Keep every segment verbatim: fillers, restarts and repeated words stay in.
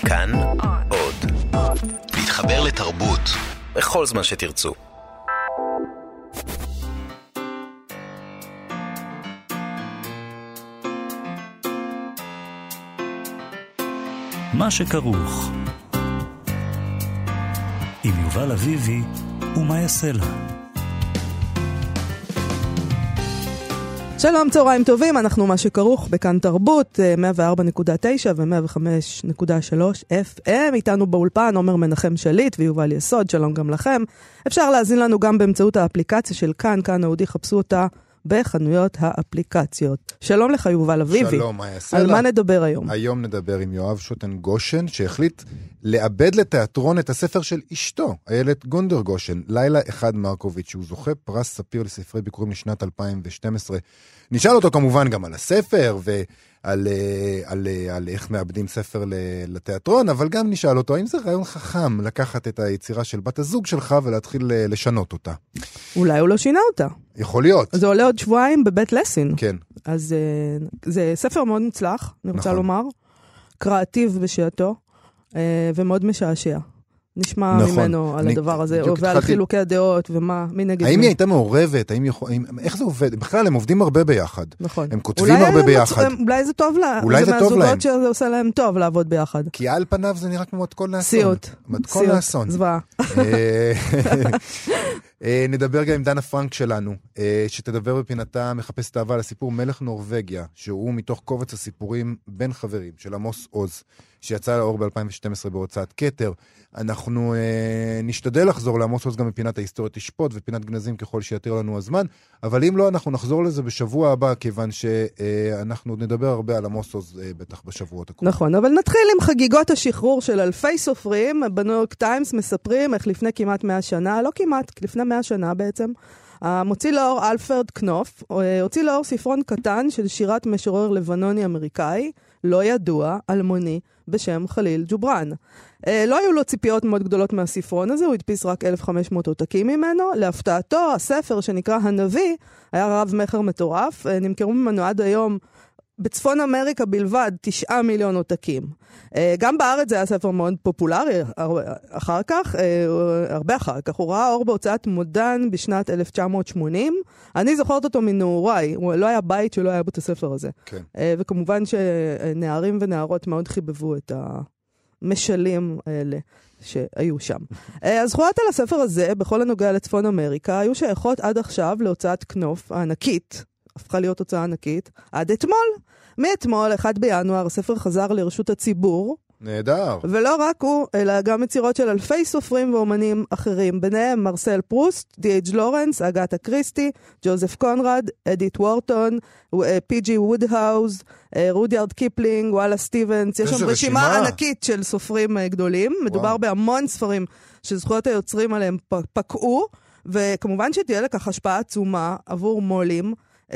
כאן עוד. להתחבר לתרבות בכל זמן שתרצו. מה שכרוך עם יובל אביבי ומה יעשה לה. שלום, צהריים טובים, אנחנו מה שכרוך בכאן תרבות, מאה וארבע נקודה תשע ו-מאה וחמש נקודה שלוש אף אם, איתנו באולפן עומר מנחם שליט ויובל יסוד, שלום גם לכם. אפשר להזין לנו גם באמצעות האפליקציה של כאן, כאן אודי, חפשו אותה בחנויות האפליקציות. שלום לך יובל אביבי. שלום, מה יעשה על לה? מה נדבר היום? היום נדבר עם יואב שוטן גושן, שהחליט לאבד לתיאטרון את הספר של אשתו, איילת גונדר גושן, לילה אחד מרקוביץ', שהוא זוכה פרס ספיר לספרי ביקורים לשנת אלפיים ושתים עשרה. נשאל אותו כמובן גם על הספר ועל על, על, על איך מאבדים ספר לתיאטרון, אבל גם נשאל אותו האם זה רעיון חכם לקחת את היצירה של בת הזוג שלך ולהתחיל לשנות אותה. אולי הוא לא שינה אותה. יכול להיות. זה עולה עוד שבועיים בבית לסין. כן. אז זה ספר מאוד מוצלח, אני רוצה נכון. לומר. קראטיב בשעתו, ומאוד משעשע. נשמע נכון. ממנו על אני, הדבר הזה, ועל התחלתי... חילוקי הדעות, ומה, מי נגד האם מי. היא הייתה מעורבת? האם יכול... האם... איך זה עובד? בכלל, הם עובדים הרבה ביחד. נכון. הם כותבים הרבה ביחד. מצ... אולי זה טוב לה... אולי זה, זה טוב להם. מהזוגות שזה עושה להם טוב לעבוד ביחד. כי על פניו זה נראה כמו מתכון לאסון. סיוט. מתכון לאסון. זוועה. נדבר גם עם דנה פרנק שלנו, שתדבר בפינתה מחפש אהבה לסיפור מלך נורווגיה, שהוא מתוך קובץ הסיפורים בין חברים של עמוס עוז, שיצא לאור ב-אלפיים ושתים עשרה בהוצאת כתר. אנחנו אה, נשתדל לחזור לעמוס עוז גם בפינת ההיסטוריה תשפוט ופינת גנזים ככל שיתיר לנו הזמן, אבל אם לא, אנחנו נחזור לזה בשבוע הבא, כיוון שאנחנו נדבר הרבה על עמוס עוז אה, בטח בשבועות הקרובים. נכון, אבל נתחיל עם חגיגות השחרור של אלפי סופרים. בניו יורק טיימס מספרים איך לפני כמעט מאה שנה, לא כמעט, לפני מאה שנה בעצם, המוציא לאור אלפרד קנוף, הוציא לאור ספרון קטן של שירת משורר לבנוני אמריקאי, לא ידוע, אלמוני, בשם חליל ג'וברן. לא היו לו ציפיות מאוד גדולות מהספרון הזה, הוא הדפיס רק אלף וחמש מאות עותקים ממנו. להפתעתו, הספר שנקרא הנביא, היה רב מחר מטורף, נמכרו ממנו עד היום, בצפון אמריקה בלבד, תשעה מיליון עותקים. גם בארץ זה היה ספר מאוד פופולרי, אחר כך, הרבה אחר כך, הוא ראה אור בהוצאת מודן בשנת אלף תשע מאות שמונים, אני זוכרת אותו מנעוריי, הוא לא היה בית שלא היה בית הספר הזה. כן. וכמובן שנערים ונערות מאוד חיבבו את המשלים האלה שהיו שם. הזכויות על הספר הזה, בכל הנוגע לצפון אמריקה, היו שייכות עד עכשיו להוצאת כנוף הענקית, הפכה להיות הוצאה ענקית, עד אתמול. מאתמול, אחד בינואר, הספר חזר לרשות הציבור. נהדר. ולא רק הוא, אלא גם יצירות של אלפי סופרים ואומנים אחרים, ביניהם מרסל פרוסט, די אייץ' לורנס, אגתה קריסטי, ג'וזף קונרד, אדית וורטון, פי ג'י וודהאוז, רודיארד קיפלינג, וואלה סטיבנס. יש שם רשימה, רשימה ענקית של סופרים גדולים. וואו. מדובר בהמון ספרים שזכויות היוצרים עליהם פקעו, וכמובן שתהיה לכך השפעה עצומה עבור מולים,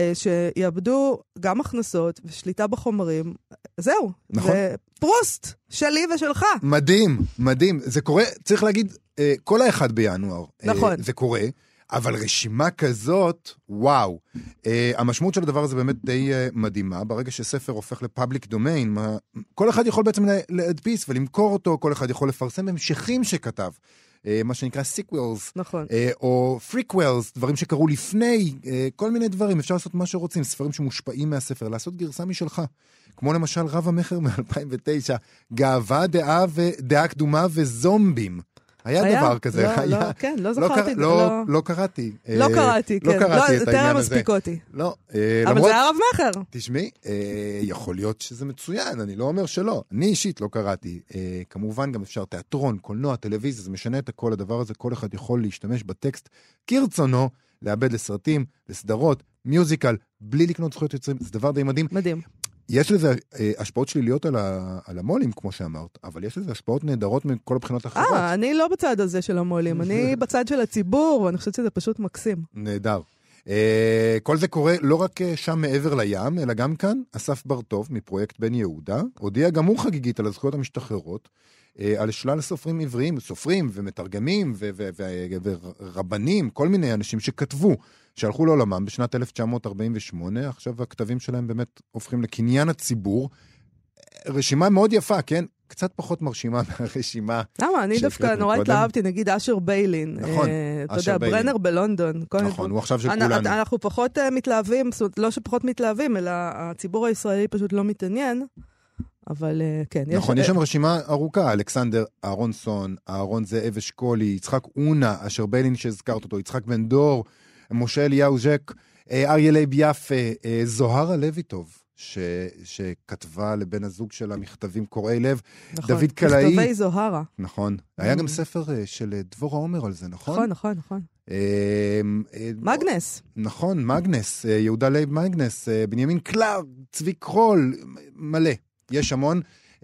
שיאבדו גם הכנסות ושליטה בחומרים. זהו. נכון. פרוסט, שלי ושלך. מדהים, מדהים. זה קורה, צריך להגיד, כל האחד בינואר. נכון. זה קורה, אבל רשימה כזאת, וואו. המשמעות של הדבר הזה באמת די מדהימה. ברגע שספר הופך לפאבליק דומיין, כל אחד יכול בעצם להדפיס ולמכור אותו, כל אחד יכול לפרסם המשכים שכתב. מה שנקרא סיקוולס, נכון. או פריקוולס, דברים שקרו לפני, כל מיני דברים, אפשר לעשות מה שרוצים, ספרים שמושפעים מהספר, לעשות גרסה משלך, כמו למשל רב המחר מ-אלפיים ותשע, גאווה, דעה ודעה קדומה וזומבים. היה, היה דבר כזה. לא, היה, לא, כן, לא זכרתי. לא, לא, לא, לא קראתי. לא קראתי, לא כן. קראתי לא, את העניין הזה. תראה מספיק אותי. לא. אבל למרות, זה היה רב מחר. תשמעי, אה, יכול להיות שזה מצוין, אני לא אומר שלא. אני אישית לא קראתי. אה, כמובן גם אפשר תיאטרון, קולנוע, טלוויזיה, זה משנה את הכל הדבר הזה, כל אחד יכול להשתמש בטקסט כרצונו, לאבד לסרטים, לסדרות, מיוזיקל, בלי לקנות זכויות יוצרים, זה דבר די מדהים. מדהים. יש לזה אה, השפעות שליליות על, ה, על המולים, כמו שאמרת, אבל יש לזה השפעות נהדרות מכל הבחינות האחרות. אה, אני לא בצד הזה של המולים, אני בצד של הציבור, ואני חושבת שזה פשוט מקסים. נהדר. אה, כל זה קורה לא רק שם מעבר לים, אלא גם כאן, אסף ברטוב, מפרויקט בן יהודה, הודיע גם הוא חגיגית על הזכויות המשתחררות, אה, על שלל סופרים עבריים, סופרים ומתרגמים ו- ו- ו- ורבנים, כל מיני אנשים שכתבו, שהלכו לעולמם בשנת אלף תשע מאות ארבעים ושמונה, עכשיו הכתבים שלהם באמת הופכים לקניין הציבור, רשימה מאוד יפה, כן? קצת פחות מרשימה מהרשימה. למה? אני דווקא נורא התלהבתי, נגיד אשר ביילין. נכון, אתה יודע, ברנר בלונדון. נכון, הוא עכשיו של כולנו. אנחנו פחות מתלהבים, לא שפחות מתלהבים, אלא הציבור הישראלי פשוט לא מתעניין. אבל כן. נכון, יש שם רשימה ארוכה, אלכסנדר אהרונסון, אהרון זאב אשכולי, יצחק אונה, אשר ביילין שהזכרת אותו, יצחק בן דור, משה אליהו ז'ק, אריה לייב יפה, זוהרה לויטוב, ש... שכתבה לבן הזוג שלה מכתבים קוראי לב, נכון, דוד קלעי. מכתבי זוהרה. נכון. היה גם ספר של דבורה עומר על זה, נכון? נכון, נכון, נכון. מגנס. נכון, מגנס, יהודה לייב מגנס, בנימין קלאב, צבי קרול, מלא. יש המון,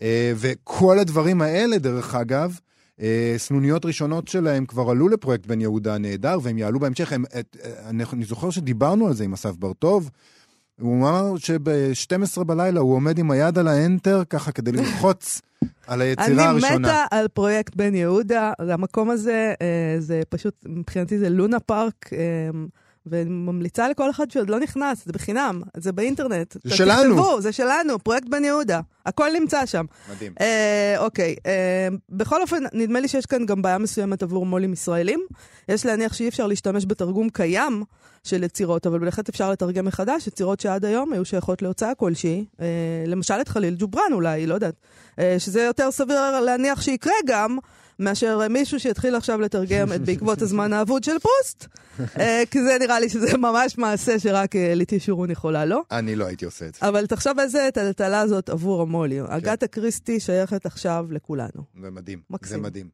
וכל הדברים האלה, דרך אגב, סנוניות ראשונות שלהם כבר עלו לפרויקט בן יהודה הנהדר, והם יעלו בהמשך. הם, את, אני זוכר שדיברנו על זה עם אסף ברטוב, הוא אמר שב-שתים עשרה בלילה הוא עומד עם היד על האנטר, ככה כדי ללחוץ על היצירה הראשונה. אני מתה על פרויקט בן יהודה, המקום הזה, זה פשוט, מבחינתי זה לונה פארק, וממליצה לכל אחד שעוד לא נכנס, זה בחינם, זה באינטרנט. זה שלנו. תכתבו, זה שלנו, פרויקט בן יהודה. הכל נמצא שם. מדהים. אה, אוקיי, אה, בכל אופן, נדמה לי שיש כאן גם בעיה מסוימת עבור מולים ישראלים. יש להניח שאי אפשר להשתמש בתרגום קיים של יצירות, אבל בהחלט אפשר לתרגם מחדש, יצירות שעד היום היו שייכות להוצאה כלשהי, אה, למשל את חליל ג'ובראן אולי, לא יודעת, אה, שזה יותר סביר להניח שיקרה גם, מאשר מישהו שיתחיל עכשיו לתרגם את בעקבות הזמן האבוד של פוסט, כי זה נראה לי שזה ממש מעשה שרק ליטי שורון יכולה, לא? אני לא הייתי עושה את זה. אבל תחשוב איזה טלטלה הזאת עבור המולי. אגתה קריסטי שייכת עכשיו לכולנו. זה מדהים, זה מדהים.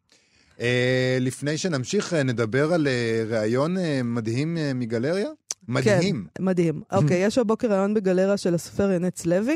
לפני שנמשיך נדבר על ראיון מדהים מגלריה? מדהים. כן, מדהים. אוקיי, יש הבוקר ראיון בגלריה של הסופר ינץ לוי.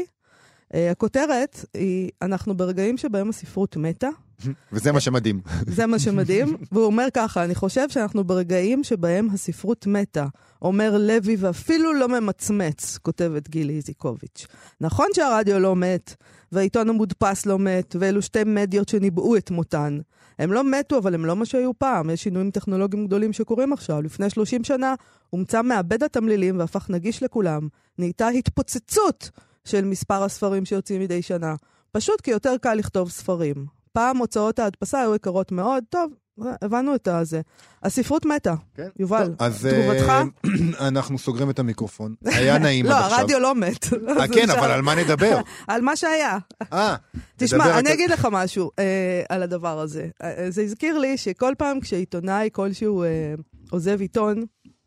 הכותרת היא, אנחנו ברגעים שבהם הספרות מתה. וזה מה שמדהים. זה מה שמדהים, והוא אומר ככה, אני חושב שאנחנו ברגעים שבהם הספרות מתה, אומר לוי ואפילו לא ממצמץ, כותבת גילי איזיקוביץ'. נכון שהרדיו לא מת, והעיתון המודפס לא מת, ואלו שתי מדיות שניבאו את מותן. הם לא מתו, אבל הם לא מה שהיו פעם. יש שינויים טכנולוגיים גדולים שקורים עכשיו. לפני שלושים שנה, הומצא מעבד התמלילים והפך נגיש לכולם. נהייתה התפוצצות של מספר הספרים שיוצאים מדי שנה. פשוט כי יותר קל לכתוב ספרים. פעם הוצאות ההדפסה היו יקרות מאוד. טוב, הבנו את זה. הספרות מתה. כן. יובל, אז תגובתך? אנחנו סוגרים את המיקרופון. היה נעים עד עכשיו. לא, הרדיו לא מת. כן, אבל על מה נדבר? על מה שהיה. אה, תשמע, אני אגיד לך משהו על הדבר הזה. זה הזכיר לי שכל פעם כשעיתונאי כלשהו עוזב עיתון,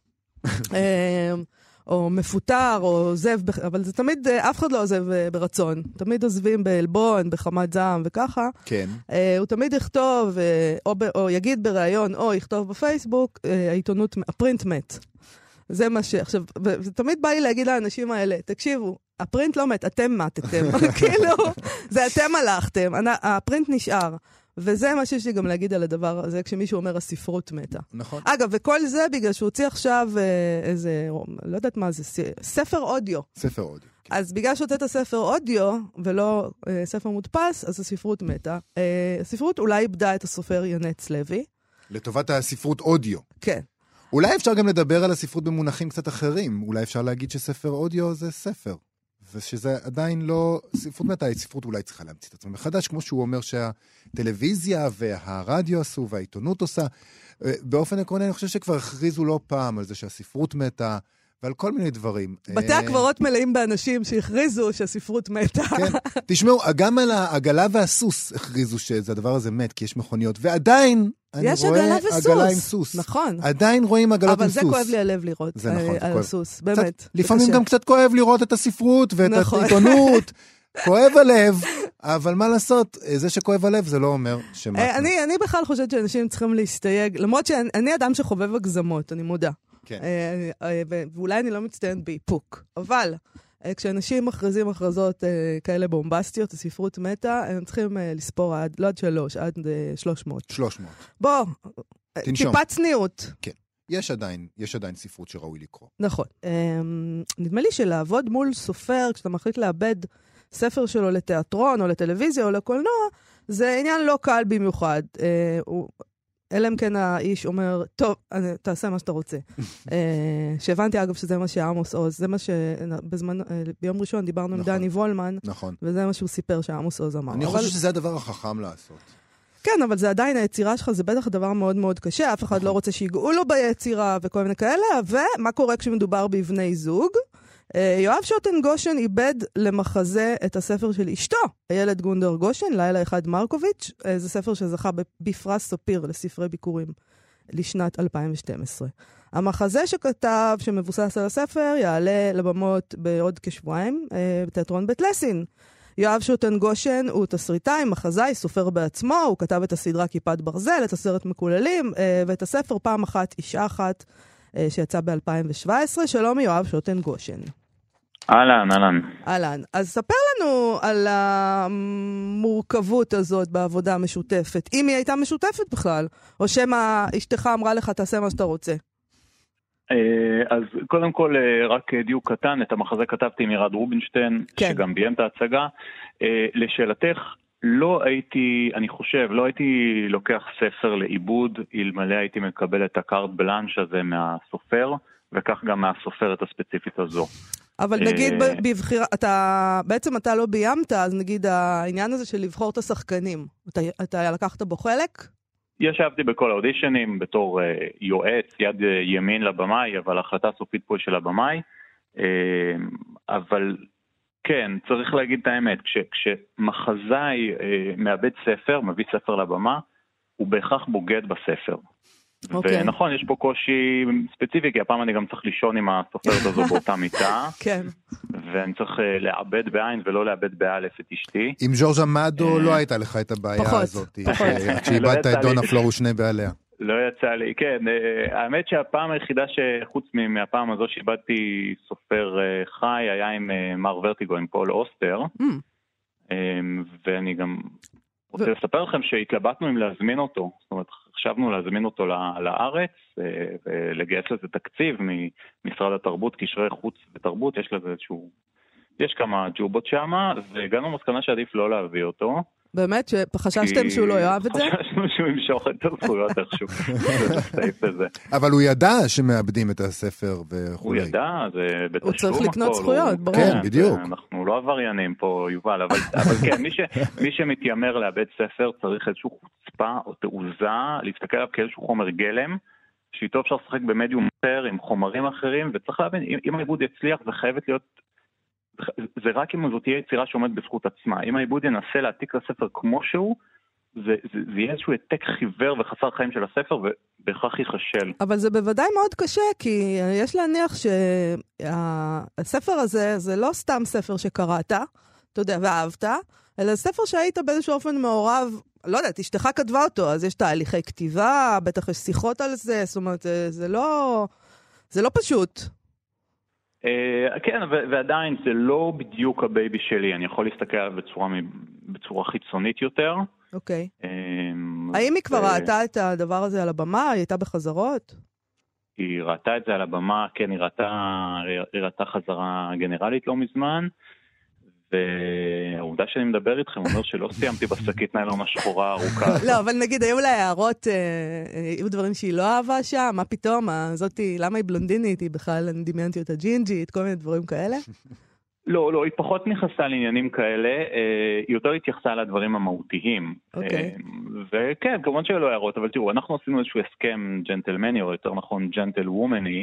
או מפוטר, או עוזב, אבל זה תמיד, אף אחד לא עוזב ברצון. תמיד עוזבים באלבון, בחמת זעם וככה. כן. הוא תמיד יכתוב, או, או יגיד בראיון, או יכתוב בפייסבוק, העיתונות, הפרינט מת. זה מה ש... עכשיו, ותמיד בא לי להגיד לאנשים האלה, תקשיבו, הפרינט לא מת, אתם מתתם. כאילו, זה אתם הלכתם, הפרינט נשאר. וזה מה שיש לי גם להגיד על הדבר הזה, כשמישהו אומר הספרות מתה. נכון. אגב, וכל זה בגלל שהוא הוציא עכשיו איזה, לא יודעת מה זה, ספר אודיו. ספר אודיו. כן. אז בגלל שהוצאת ספר אודיו, ולא אה, ספר מודפס, אז הספרות מתה. אה, הספרות אולי איבדה את הסופר ינץ לוי. לטובת הספרות אודיו. כן. אולי אפשר גם לדבר על הספרות במונחים קצת אחרים. אולי אפשר להגיד שספר אודיו זה ספר. ושזה עדיין לא, ספרות מתה, ספרות אולי צריכה להמציא את עצמה מחדש, כמו שהוא אומר שהטלוויזיה והרדיו עשו והעיתונות עושה. באופן עקרוני אני חושב שכבר הכריזו לא פעם על זה שהספרות מתה, ועל כל מיני דברים. בתי הקברות מלאים באנשים שהכריזו שהספרות מתה. כן, תשמעו, גם על העגלה והסוס הכריזו שזה הדבר הזה מת, כי יש מכוניות, ועדיין אני רואה עגלה עם סוס. נכון. עדיין רואים עגלות עם סוס. אבל זה כואב לי הלב לראות על הסוס, באמת. לפעמים גם קצת כואב לראות את הספרות ואת העיתונות. כואב הלב, אבל מה לעשות? זה שכואב הלב זה לא אומר שמתנו. אני, אני בכלל חושבת שאנשים צריכים להסתייג, למרות שאני אדם שחובב הגזמות, אני מודה. כן. ואולי אני לא מצטיינת באיפוק, אבל כשאנשים מכרזים הכרזות כאלה בומבסטיות, הספרות מתה, הם צריכים לספור עד, לא עד שלוש, עד שלוש מאות. שלוש מאות. בוא, תנשום. טיפה צניעות. כן. יש עדיין, יש עדיין ספרות שראוי לקרוא. נכון. נדמה לי שלעבוד מול סופר, כשאתה מחליט לאבד ספר שלו לתיאטרון או לטלוויזיה או לקולנוע, זה עניין לא קל במיוחד. אלא אם כן האיש אומר, טוב, אני, תעשה מה שאתה רוצה. שהבנתי אגב שזה מה שעמוס עוז, זה מה שבזמן, ביום ראשון דיברנו עם דני וולמן, נכון. וזה מה שהוא סיפר שעמוס עוז אמר. אני חושב שזה הדבר החכם לעשות. כן, אבל זה עדיין, היצירה שלך זה בטח דבר מאוד מאוד קשה, אף אחד לא רוצה שיגעו לו ביצירה וכל מיני כאלה, ומה קורה כשמדובר בבני זוג? יואב שוטן גושן איבד למחזה את הספר של אשתו, הילד גונדר גושן, לילה אחד מרקוביץ', זה ספר שזכה בפרס ספיר לספרי ביקורים לשנת אלפיים ושתים עשרה. המחזה שכתב, שמבוסס על הספר, יעלה לבמות בעוד כשבועיים בתיאטרון בית לסין. יואב שוטן גושן הוא תסריטאי, מחזאי, סופר בעצמו, הוא כתב את הסדרה כיפת ברזל, את הסרט מקוללים, ואת הספר פעם אחת, אישה אחת, שיצא ב-אלפיים שבע עשרה. שלום יואב שוטן גושן. אהלן, אהלן. אהלן. אז ספר לנו על המורכבות הזאת בעבודה המשותפת, אם היא הייתה משותפת בכלל, או שמה אשתך אמרה לך תעשה מה שאתה רוצה. אז קודם כל רק דיוק קטן, את המחזה כתבתי עם ירד רובינשטיין, כן. שגם ביים את ההצגה. לשאלתך, לא הייתי, אני חושב, לא הייתי לוקח ספר לאיבוד, אלמלא הייתי מקבל את הקארט בלנש הזה מהסופר, וכך גם מהסופרת הספציפית הזו. אבל נגיד בבחירה, אתה, בעצם אתה לא ביימת, אז נגיד העניין הזה של לבחור את השחקנים, אתה, אתה לקחת בו חלק? ישבתי בכל האודישנים בתור uh, יועץ, יד uh, ימין לבמאי, אבל ההחלטה הסופית פה של הבמאי. Uh, אבל כן, צריך להגיד את האמת, כש, כשמחזאי uh, מאבד ספר, מביא ספר לבמה, הוא בהכרח בוגד בספר. Okay. ונכון, יש פה קושי ספציפי, כי הפעם אני גם צריך לישון עם הסופרת הזו באותה מיטה. כן. ואני צריך לאבד בעין ולא לאבד באלף את אשתי. עם ז'ורג' אמדו לא הייתה לך את הבעיה הזאת. פחות. כשאיבדת את דונה פלור ושני בעליה. לא יצא לי, כן. האמת שהפעם היחידה שחוץ מהפעם הזו שאיבדתי סופר חי, היה עם מר ורטיגו, עם פול אוסטר. ואני גם רוצה לספר לכם שהתלבטנו אם להזמין אותו. זאת אומרת, חשבנו להזמין אותו לארץ, ולגייס לזה תקציב ממשרד התרבות, קשרי חוץ ותרבות, יש לזה איזשהו, יש כמה ג'ובות שמה, והגענו מסקנה שעדיף לא להביא אותו. באמת? שחששתם שהוא לא יאהב את זה? חששנו שהוא ימשוך את הזכויות איכשהו. אבל הוא ידע שמאבדים את הספר וכו'. הוא ידע, זה בתשלום. הוא צריך לקנות זכויות, ברור. כן, בדיוק. אנחנו לא עבריינים פה, יובל, אבל כן, מי שמתיימר לאבד ספר צריך איזשהו חוצפה או תעוזה, להסתכל עליו כאיזשהו חומר גלם, שאיתו אפשר לשחק במדיום אחר, עם חומרים אחרים, וצריך להבין, אם העיבוד יצליח, זה חייבת להיות זה רק אם זאת תהיה יצירה שעומד בזכות עצמה. אם העיבוד ינסה להעתיק לספר כמו שהוא, זה, זה, זה יהיה איזשהו העתק חיוור וחסר חיים של הספר, ובהכרח ייחשל. אבל זה בוודאי מאוד קשה, כי יש להניח שהספר הזה, זה לא סתם ספר שקראת, אתה יודע, ואהבת, אלא ספר שהיית באיזשהו אופן מעורב, לא יודעת, אשתך כתבה אותו, אז יש תהליכי כתיבה, בטח יש שיחות על זה, זאת אומרת, זה לא, זה לא פשוט. כן, ועדיין זה לא בדיוק הבייבי שלי, אני יכול להסתכל עליו בצורה, בצורה חיצונית יותר. אוקיי. האם היא כבר ראתה את הדבר הזה על הבמה? היא הייתה בחזרות? היא ראתה את זה על הבמה, כן, היא ראתה, היא ראתה חזרה גנרלית לא מזמן, והעובדה שאני מדבר איתכם אומר שלא סיימתי בשקית ניילון השחורה ארוכה. לא, אבל נגיד, היו לה הערות, היו דברים שהיא לא אהבה שם, מה פתאום, זאתי, למה היא בלונדינית, היא בכלל, אני דמיינתי אותה ג'ינג'ית, כל מיני דברים כאלה? לא, לא, היא פחות נכנסה לעניינים כאלה, היא יותר התייחסה לדברים המהותיים. אוקיי. וכן, כמובן שהיו לו הערות, אבל תראו, אנחנו עשינו איזשהו הסכם ג'נטלמני, או יותר נכון ג'נטל וומני,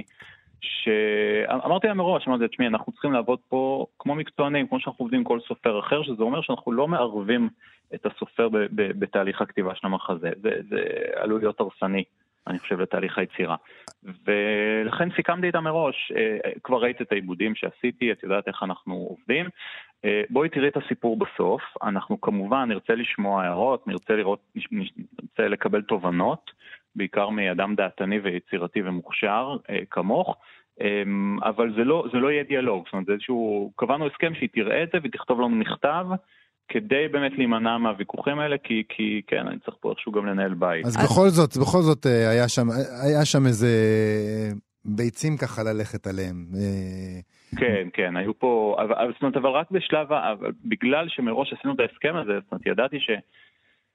שאמרתי להם מראש, אמרתי, תשמעי, אנחנו צריכים לעבוד פה כמו מקצוענים, כמו שאנחנו עובדים כל סופר אחר, שזה אומר שאנחנו לא מערבים את הסופר ב- ב- בתהליך הכתיבה של המחזה. זה, זה עלול להיות הרסני, אני חושב, לתהליך היצירה. ולכן סיכמתי איתם מראש, כבר ראית את העיבודים שעשיתי, את יודעת איך אנחנו עובדים. בואי תראי את הסיפור בסוף, אנחנו כמובן נרצה לשמוע הערות, נרצה לראות, נרצה לקבל תובנות, בעיקר מאדם דעתני ויצירתי ומוכשר כמוך, אבל זה לא, זה לא יהיה דיאלוג, זאת אומרת, זה איזשהו, קבענו הסכם שהיא תראה את זה ותכתוב לנו מכתב, כדי באמת להימנע מהוויכוחים האלה, כי, כי כן, אני צריך פה איכשהו גם לנהל בית. אז בכל זאת, בכל זאת היה שם, היה שם איזה ביצים ככה ללכת עליהם. כן, כן, היו פה, אבל, זאת אומרת, אבל רק בשלב, אבל, בגלל שמראש עשינו את ההסכם הזה, זאת אומרת, ידעתי ש...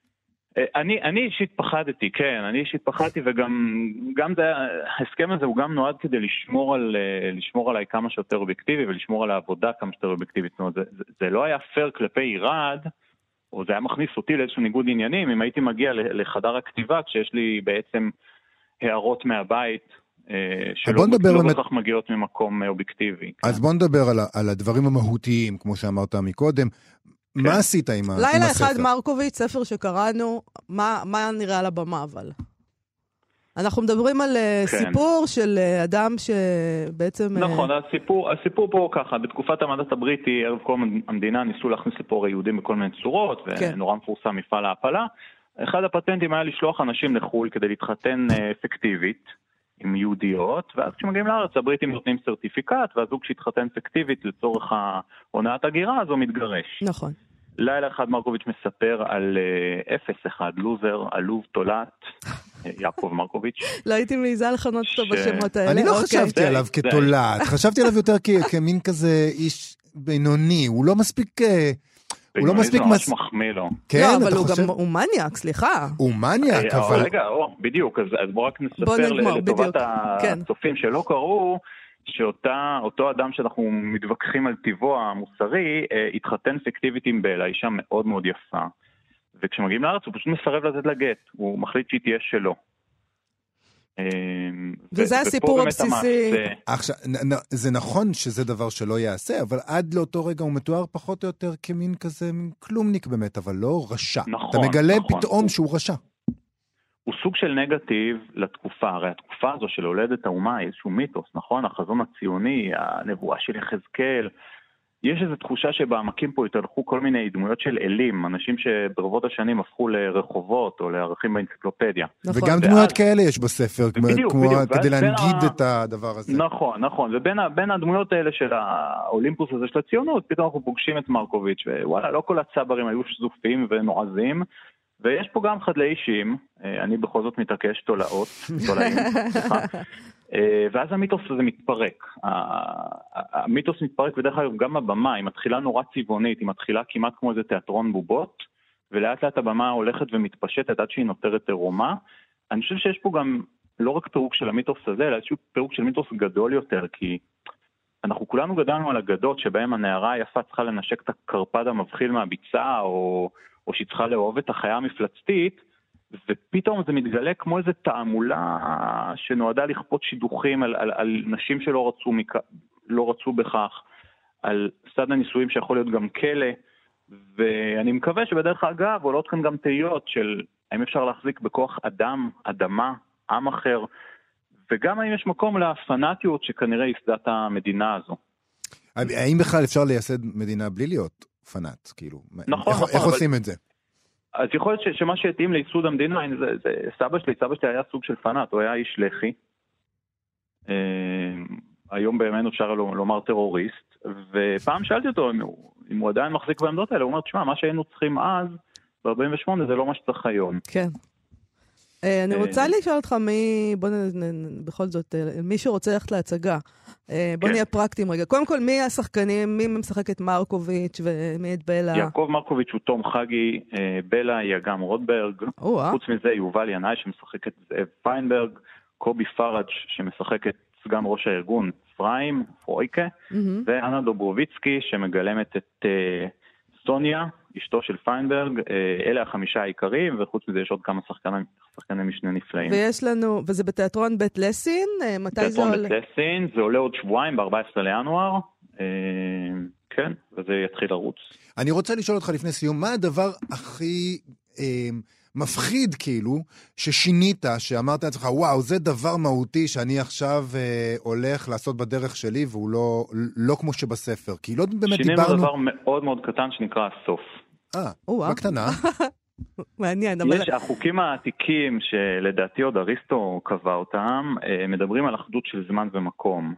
אני, אני אישית פחדתי, כן, אני אישית פחדתי, וגם גם זה, ההסכם הזה הוא גם נועד כדי לשמור על, לשמור עליי כמה שיותר אובייקטיבי, ולשמור על העבודה כמה שיותר אובייקטיבית. זאת אומרת, זה, זה, זה לא היה פייר כלפי אירד, או זה היה מכניס אותי לאיזשהו ניגוד עניינים, אם הייתי מגיע לחדר הכתיבה, כשיש לי בעצם הערות מהבית, שלא לא באמת... בכך מגיעות ממקום אובייקטיבי. אז כן. בוא נדבר על, על הדברים המהותיים, כמו שאמרת מקודם. כן. מה עשית עם, עם הספר? לילה אחד מרקוביץ', ספר שקראנו, מה, מה נראה על הבמה אבל? אנחנו מדברים על כן. סיפור של אדם שבעצם... נכון, הסיפור, הסיפור פה ככה, בתקופת המנדט הבריטי, ערב כל המדינה ניסו להכניס לפה היהודים בכל מיני צורות, כן. ונורא מפורסם מפעל ההפלה. אחד הפטנטים היה לשלוח אנשים לחול כדי להתחתן אפקטיבית, עם יהודיות, ואז כשמגיעים לארץ, הבריטים נותנים סרטיפיקט, והזוג שהתחתן אפקטיבית לצורך הונאת הגירה, אז הוא מתגרש. נכון. לילה אחד מרקוביץ' מספר על אפס אחד, לוזר, עלוב, תולעת, יעקב מרקוביץ'. לא הייתי מעיזה לכנות אותו בשמות האלה. אני לא חשבתי עליו כתולעת, חשבתי עליו יותר כמין כזה איש בינוני, הוא לא מספיק... הוא לא מספיק ממש מחמיא לו. לא, אבל הוא גם הוא מניאק, סליחה. הוא מניאק, אבל... רגע, בדיוק, אז בואו רק נספר לטובת הצופים שלא קראו, שאותו אדם שאנחנו מתווכחים על טבעו המוסרי, התחתן פיקטיבית עם בלה, אישה מאוד מאוד יפה. וכשמגיעים לארץ הוא פשוט מסרב לתת לה גט, הוא מחליט שהיא תהיה שלו. וזה הסיפור הבסיסי. עכשיו, זה נכון שזה דבר שלא יעשה, אבל עד לאותו רגע הוא מתואר פחות או יותר כמין כזה כלומניק באמת, אבל לא רשע. אתה מגלה פתאום שהוא רשע. הוא סוג של נגטיב לתקופה, הרי התקופה הזו של הולדת האומה היא איזשהו מיתוס, נכון? החזון הציוני, הנבואה של יחזקאל, יש איזו תחושה שבעמקים פה התהלכו כל מיני דמויות של אלים, אנשים שברבות השנים הפכו לרחובות או לערכים באנציקלופדיה. נכון. וגם דמויות כאלה יש בספר, בדיוק, כמו, בדיוק. כדי להנגיד ה... את הדבר הזה. נכון, נכון, ובין הדמויות האלה של האולימפוס הזה של הציונות, פתאום אנחנו פוגשים את מרקוביץ', ווואלה, לא כל הצברים היו שזופים ונועזים, ויש פה גם חדלי אישים, אני בכל זאת מתעקש תולעות, תולעים, סליחה. ואז המיתוס הזה מתפרק. המיתוס מתפרק בדרך כלל גם הבמה, היא מתחילה נורא צבעונית, היא מתחילה כמעט כמו איזה תיאטרון בובות, ולאט לאט הבמה הולכת ומתפשטת עד שהיא נותרת עירומה. אני חושב שיש פה גם לא רק פירוק של המיתוס הזה, אלא איזשהו פירוק של מיתוס גדול יותר, כי אנחנו כולנו גדלנו על אגדות שבהם הנערה היפה צריכה לנשק את הקרפד המבחיל מהביצה, או, או שהיא צריכה לאהוב את החיה המפלצתית, ופתאום זה מתגלה כמו איזו תעמולה שנועדה לכפות שידוכים על, על, על נשים שלא רצו, מק... לא רצו בכך, על סד הניסויים שיכול להיות גם כלא, ואני מקווה שבדרך אגב עולות כאן גם תהיות של האם אפשר להחזיק בכוח אדם, אדמה, עם אחר, וגם האם יש מקום לפנאטיות שכנראה יסדה את המדינה הזו. האם בכלל אפשר לייסד מדינה בלי להיות פנאט? כאילו, נכון, איך, נכון, איך אבל... עושים את זה? אז יכול להיות שמה שהתאים לייסוד המדינה, זה, זה, סבא שלי, סבא שלי היה סוג של פנאט, הוא היה איש לחי. אה, היום בימינו אפשר לומר טרוריסט, ופעם שאלתי אותו אם הוא, אם הוא עדיין מחזיק בעמדות האלה, הוא אומר, תשמע, מה שהיינו צריכים אז, ב-ארבעים ושמונה, זה לא מה שצריך היום. כן. אני רוצה לשאול אותך מי, בוא בכל זאת, מי שרוצה ללכת להצגה, בוא נהיה פרקטיים רגע. קודם כל, מי השחקנים, מי משחק את מרקוביץ' ומי את בלה? יעקב מרקוביץ' הוא תום חגי, בלה היא אגם רוטברג, חוץ מזה יובל ינאי שמשחק את זאב פיינברג, קובי פראג' שמשחק את סגן ראש הארגון פריים, פרויקה, ואנה דוברוביצקי שמגלמת את סוניה, אשתו של פיינברג. אלה החמישה העיקרים, וחוץ מזה יש עוד כמה שחקנים, שחקני משנה נפלאים. ויש לנו, וזה בתיאטרון בית לסין? מתי זה עולה? תיאטרון בית לסין, זה עולה עוד שבועיים, ב-ארבעה עשר לינואר. כן, וזה יתחיל לרוץ. אני רוצה לשאול אותך לפני סיום, מה הדבר הכי מפחיד כאילו, ששינית, שאמרת לעצמך, וואו, זה דבר מהותי שאני עכשיו אה, הולך לעשות בדרך שלי, והוא לא, לא כמו שבספר, כי לא באמת שינינו דיברנו... שינינו דבר מאוד מאוד קטן שנקרא הסוף. אה, בקטנה. מעניין, אבל... יש החוקים העתיקים, שלדעתי עוד אריסטו קבע אותם, מדברים על אחדות של זמן ומקום,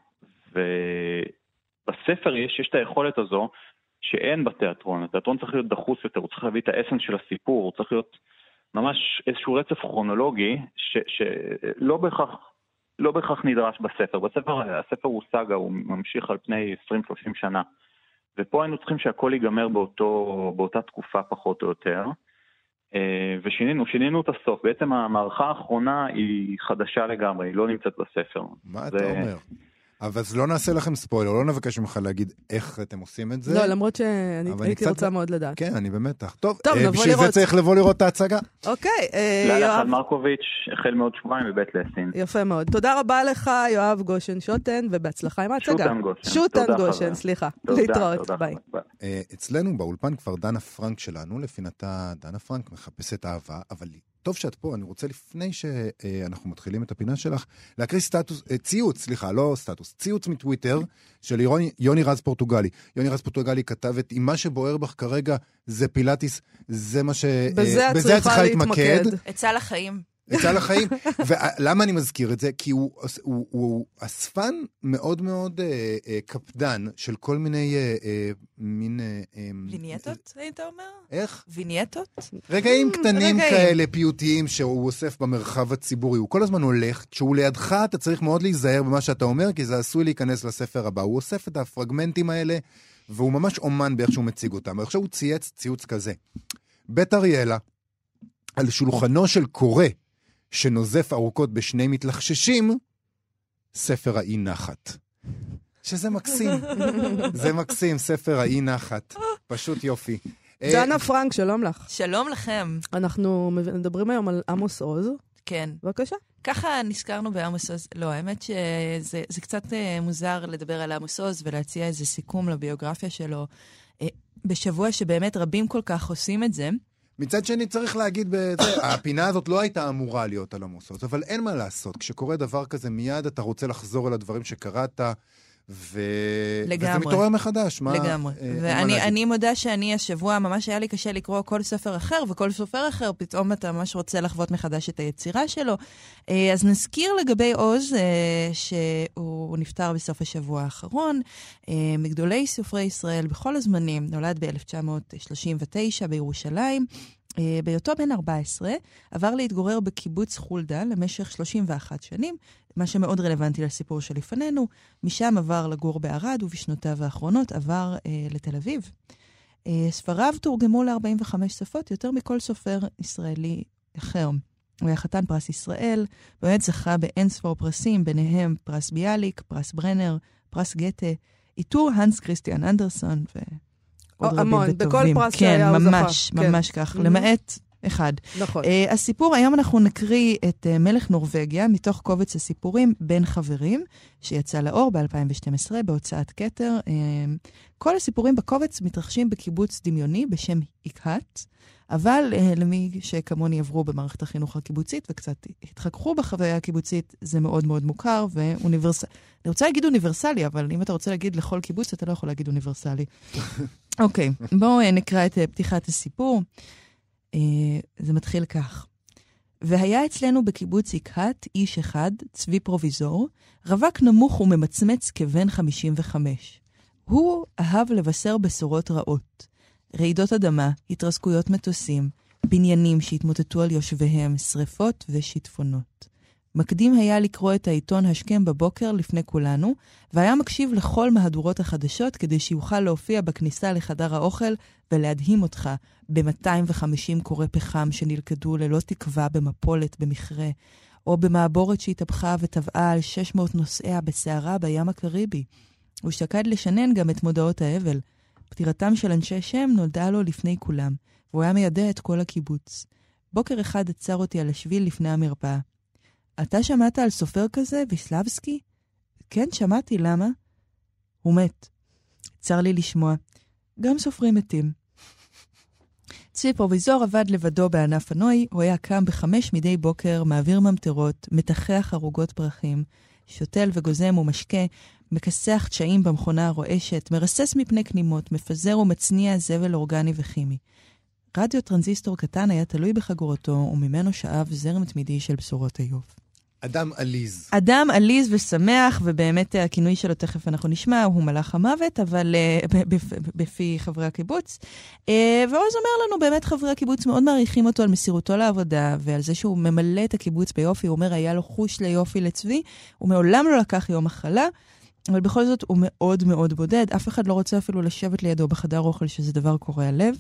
ובספר יש, יש את היכולת הזו, שאין בתיאטרון, התיאטרון צריך להיות דחוס יותר, הוא צריך להביא את האסנס של הסיפור, הוא צריך להיות ממש איזשהו רצף כרונולוגי, שלא בהכרח, לא בהכרח נדרש בספר. בספר, הספר הוא סאגה, הוא ממשיך על פני עשרים שלושים שנה. ופה היינו צריכים שהכל ייגמר באותו, באותה תקופה פחות או יותר. ושינינו, שינינו את הסוף. בעצם המערכה האחרונה היא חדשה לגמרי, היא לא נמצאת בספר. מה אתה אומר? אבל אז לא נעשה לכם ספוילר, לא נבקש ממך להגיד איך אתם עושים את זה. לא, למרות שאני הייתי רוצה מאוד לדעת. כן, אני במתח. טוב, בשביל זה צריך לבוא לראות את ההצגה. אוקיי. לילה חד מרקוביץ', החל מעוד שבועיים בבית לסין. יפה מאוד. תודה רבה לך, יואב גושן שוטן, ובהצלחה עם ההצגה. שוטן גושן. שוטן גושן, סליחה. להתראות, ביי. אצלנו באולפן כבר דנה פרנק שלנו, לפינתה דנה פרנק מחפשת אהבה, אבל טוב שאת פה, אני רוצה לפני שאנחנו מתחילים את הפינה שלך, להקריא סטטוס, ציוץ, סליחה, לא סטטוס, ציוץ מטוויטר של יוני רז פורטוגלי. יוני רז פורטוגלי כתב את, אם מה שבוער בך כרגע זה פילאטיס, זה מה ש... בזה את צריכה להתמקד. עצה לחיים. עצה לחיים. ולמה אני מזכיר את זה? כי הוא, הוא, הוא אספן מאוד מאוד אה, אה, קפדן של כל מיני אה, אה, מין... אה, וינייטות, היית אומר? איך? וינייטות? רגעים קטנים רגעים. כאלה פיוטיים שהוא אוסף במרחב הציבורי. הוא כל הזמן הולך, כשהוא לידך אתה צריך מאוד להיזהר במה שאתה אומר, כי זה עשוי להיכנס לספר הבא. הוא אוסף את הפרגמנטים האלה, והוא ממש אומן באיך שהוא מציג אותם. עכשיו הוא צייץ ציוץ כזה. בית אריאלה, על שולחנו של קורא, שנוזף ארוכות בשני מתלחששים, ספר האי נחת. שזה מקסים. זה מקסים, ספר האי נחת. פשוט יופי. דנה פרנק, שלום לך. שלום לכם. אנחנו מדברים היום על עמוס עוז. כן. בבקשה. ככה נזכרנו בעמוס עוז. לא, האמת שזה זה קצת מוזר לדבר על עמוס עוז ולהציע איזה סיכום לביוגרפיה שלו. בשבוע שבאמת רבים כל כך עושים את זה, מצד שני צריך להגיד, בזה, הפינה הזאת לא הייתה אמורה להיות על עמוס עוז, אבל אין מה לעשות. כשקורה דבר כזה מיד אתה רוצה לחזור אל הדברים שקראת, ו... וזה מתעורר מחדש. מה, לגמרי. אה, ואני אני מודה שאני השבוע ממש היה לי קשה לקרוא כל ספר אחר, וכל סופר אחר פתאום אתה ממש רוצה לחוות מחדש את היצירה שלו. אה, אז נזכיר לגבי עוז, אה, שהוא נפטר בסוף השבוע האחרון, אה, מגדולי סופרי ישראל בכל הזמנים, נולד ב-אלף תשע מאות שלושים ותשע בירושלים, בהיותו בן ארבע עשרה, עבר להתגורר בקיבוץ חולדה למשך שלושים ואחת שנים, מה שמאוד רלוונטי לסיפור שלפנינו. משם עבר לגור בערד, ובשנותיו האחרונות עבר אה, לתל אביב. אה, ספריו תורגמו ל-ארבעים וחמש שפות, יותר מכל סופר ישראלי אחר. הוא היה חתן פרס ישראל, באמת זכה באין ספור פרסים, ביניהם פרס ביאליק, פרס ברנר, פרס גתה, איתור הנס כריסטיאן אנדרסון ו... עוד רבים וטובים. בכל פרס שהיה הוא זכה. כן, ממש, ממש כך. למעט אחד. נכון. הסיפור, היום אנחנו נקריא את מלך נורווגיה, מתוך קובץ הסיפורים בין חברים, שיצא לאור ב-אלפיים ושתים עשרה בהוצאת כתר. כל הסיפורים בקובץ מתרחשים בקיבוץ דמיוני בשם איקהת, אבל למי שכמוני עברו במערכת החינוך הקיבוצית וקצת התחככו בחוויה הקיבוצית, זה מאוד מאוד מוכר ואוניברסלי. אני רוצה להגיד אוניברסלי, אבל אם אתה רוצה להגיד לכל קיבוץ, אתה לא יכול להגיד אוניברסלי. אוקיי, בואו נקרא את פתיחת הסיפור. זה מתחיל כך. והיה אצלנו בקיבוץ איקהת איש אחד, צבי פרוביזור, רווק נמוך וממצמץ כבן חמישים וחמש. הוא אהב לבשר בשורות רעות. רעידות אדמה, התרסקויות מטוסים, בניינים שהתמוטטו על יושביהם, שריפות ושיטפונות. מקדים היה לקרוא את העיתון השכם בבוקר לפני כולנו, והיה מקשיב לכל מהדורות החדשות כדי שיוכל להופיע בכניסה לחדר האוכל ולהדהים אותך ב-מאתיים וחמישים קורי פחם שנלכדו ללא תקווה במפולת במכרה, או במעבורת שהתהפכה וטבעה על שש מאות נוסעיה בסערה בים הקריבי. הוא שקד לשנן גם את מודעות האבל. פטירתם של אנשי שם נולדה לו לפני כולם, והוא היה מידע את כל הקיבוץ. בוקר אחד עצר אותי על השביל לפני המרפאה. אתה שמעת על סופר כזה, ויסלבסקי? כן, שמעתי, למה? הוא מת. צר לי לשמוע. גם סופרים מתים. צבי פרוביזור עבד לבדו בענף הנוי, הוא היה קם בחמש מדי בוקר, מעביר ממטרות, מתחח ערוגות פרחים, שותל וגוזם ומשקה, מכסח תשעים במכונה הרועשת, מרסס מפני קנימות, מפזר ומצניע זבל אורגני וכימי. רדיו טרנזיסטור קטן היה תלוי בחגורתו, וממנו שאב זרם תמידי של בשורות איוב. אדם עליז. אדם עליז ושמח, ובאמת הכינוי שלו תכף אנחנו נשמע, הוא מלאך המוות, אבל בפי חברי הקיבוץ. ועוז אומר לנו, באמת חברי הקיבוץ מאוד מעריכים אותו על מסירותו לעבודה, ועל זה שהוא ממלא את הקיבוץ ביופי, הוא אומר, היה לו חוש ליופי לצבי, הוא מעולם לא לקח יום מחלה, אבל בכל זאת הוא מאוד מאוד בודד. אף אחד לא רוצה אפילו לשבת לידו בחדר אוכל, שזה דבר קורא הלב.